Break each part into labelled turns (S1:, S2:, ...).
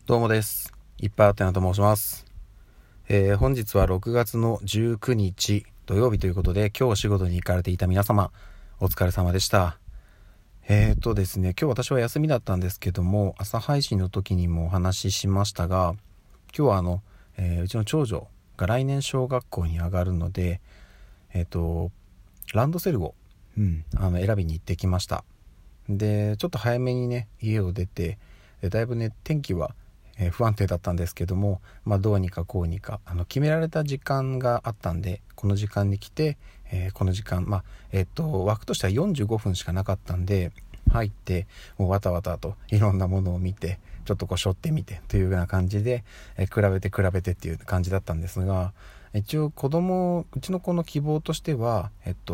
S1: どうもです。いっぱいあってなと申します。本日は6月の19日土曜日ということで、今日お仕事に行かれていた皆様、お疲れ様でした。ですね、今日私は休みだったんですけども、朝配信の時にもお話ししましたが、今日はうちの長女が来年小学校に上がるので、ランドセルを、選びに行ってきました。で、ちょっと早めにね、家を出て、だいぶね、天気は不安定だったんですけども、どうにかこうにか決められた時間があったんで、この時間に来て、この時間枠としては45分しかなかったんで、入ってもうわたわたといろんなものを見て、ちょっとこう背負ってみてというような感じで、比べてっていう感じだったんですが、一応うちの子の希望としては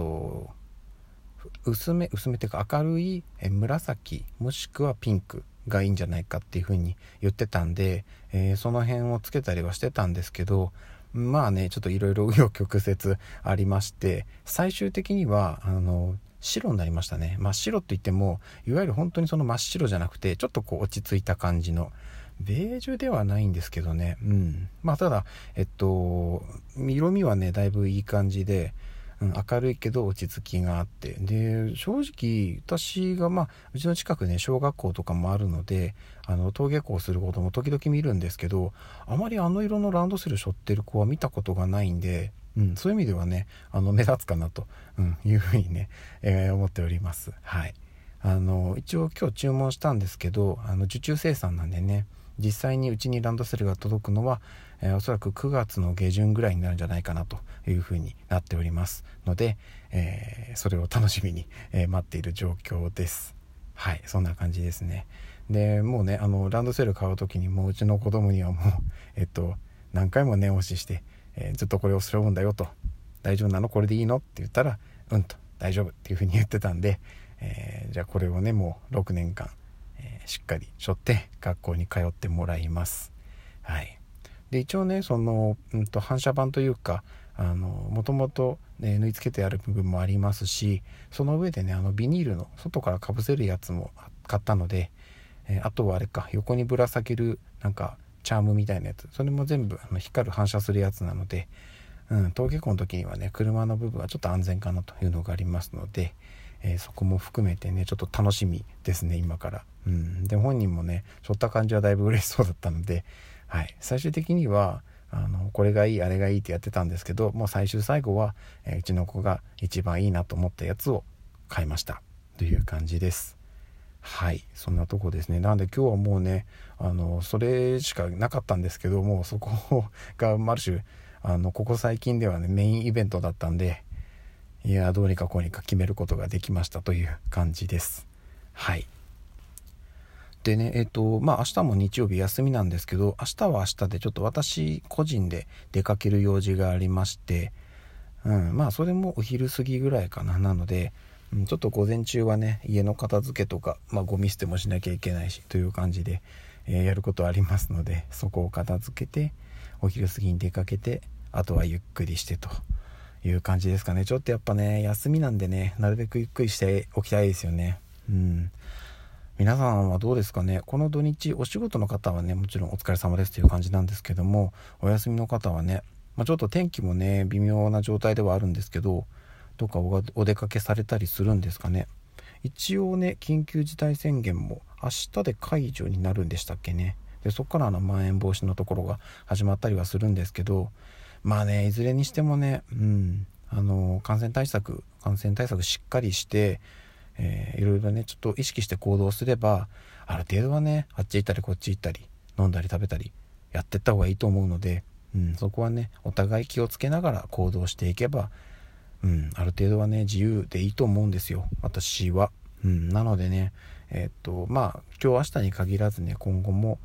S1: 薄めっていうか明るい紫もしくはピンクがいいんじゃないかっていう風に言ってたんで、その辺をつけたりはしてたんですけど、ちょっといろいろ紆余曲折ありまして、最終的には白になりましたね。真っ白って言ってもいわゆる本当にその真っ白じゃなくて、ちょっとこう落ち着いた感じのベージュではないんですけどね。ただ色味はねだいぶいい感じで、明るいけど落ち着きがあって、で正直私がうちの近くね小学校とかもあるので、登下校することも時々見るんですけど、あまりあの色のランドセル背負ってる子は見たことがないんで、そういう意味ではね目立つかなと、いうふうにね、思っております。はい。一応今日注文したんですけど、受注生産なんでね、実際にうちにランドセルが届くのは、おそらく9月の下旬ぐらいになるんじゃないかなというふうになっておりますので、それを楽しみに、待っている状況です。はい、そんな感じですね。でもうねランドセル買う時にもううちの子供にはもう何回も念押しして、ずっとこれを背負うんだよと、大丈夫なのこれでいいのって言ったらと大丈夫っていうふうに言ってたんで、じゃあこれをねもう6年間しっかり背負って学校に通ってもらいます。はい。で一応ね反射板というかもともと縫い付けてある部分もありますし、その上でねビニールの外からかぶせるやつも買ったので、あとはあれか、横にぶら下げるなんかチャームみたいなやつ、それも全部光る反射するやつなので、登下校の時にはね車の部分はちょっと安全かなというのがありますので、そこも含めてねちょっと楽しみですね今から。で本人もね背負った感じはだいぶ嬉しそうだったので、はい、最終的にはこれがいいあれがいいってやってたんですけど、もう最後は、うちの子が一番いいなと思ったやつを買いましたという感じです。はい、そんなとこですね。なんで今日はもうねそれしかなかったんですけど、もうそこがある種ここ最近ではねメインイベントだったんで、いやどうにかこうにか決めることができましたという感じです。はい。でね明日も日曜日休みなんですけど、明日は明日でちょっと私個人で出かける用事がありまして、それもお昼過ぎぐらいかな。なので、ちょっと午前中はね家の片付けとか、ゴミ捨てもしなきゃいけないしという感じで、やることありますので、そこを片付けてお昼過ぎに出かけて、あとはゆっくりしてという感じですかね。ちょっとやっぱね休みなんでね、なるべくゆっくりしておきたいですよね。皆さんはどうですかね。この土日お仕事の方はねもちろんお疲れ様ですという感じなんですけども、お休みの方はね、ちょっと天気もね微妙な状態ではあるんですけど、どっかお出かけされたりするんですかね。一応ね緊急事態宣言も明日で解除になるんでしたっけね。でそこからまん延防止のところが始まったりはするんですけど、いずれにしてもね、感染対策しっかりして、いろいろねちょっと意識して行動すれば、ある程度はねあっち行ったりこっち行ったり飲んだり食べたりやってった方がいいと思うので、そこはねお互い気をつけながら行動していけば、ある程度はね自由でいいと思うんですよ私は。なのでね今日明日に限らずね、今後も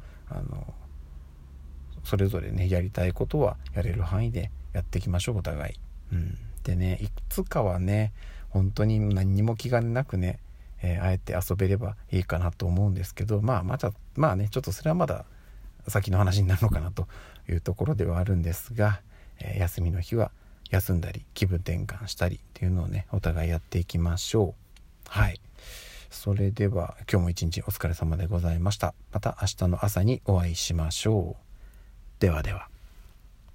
S1: それぞれねやりたいことはやれる範囲でやっていきましょうお互い。でねいつかはね本当に何にも気兼ねなくね、あえて遊べればいいかなと思うんですけど、ちょっとそれはまだ先の話になるのかなというところではあるんですが、休みの日は休んだり気分転換したりっていうのをねお互いやっていきましょう。はい。 それでは今日も一日お疲れ様でございました。また明日の朝にお会いしましょう。ではでは。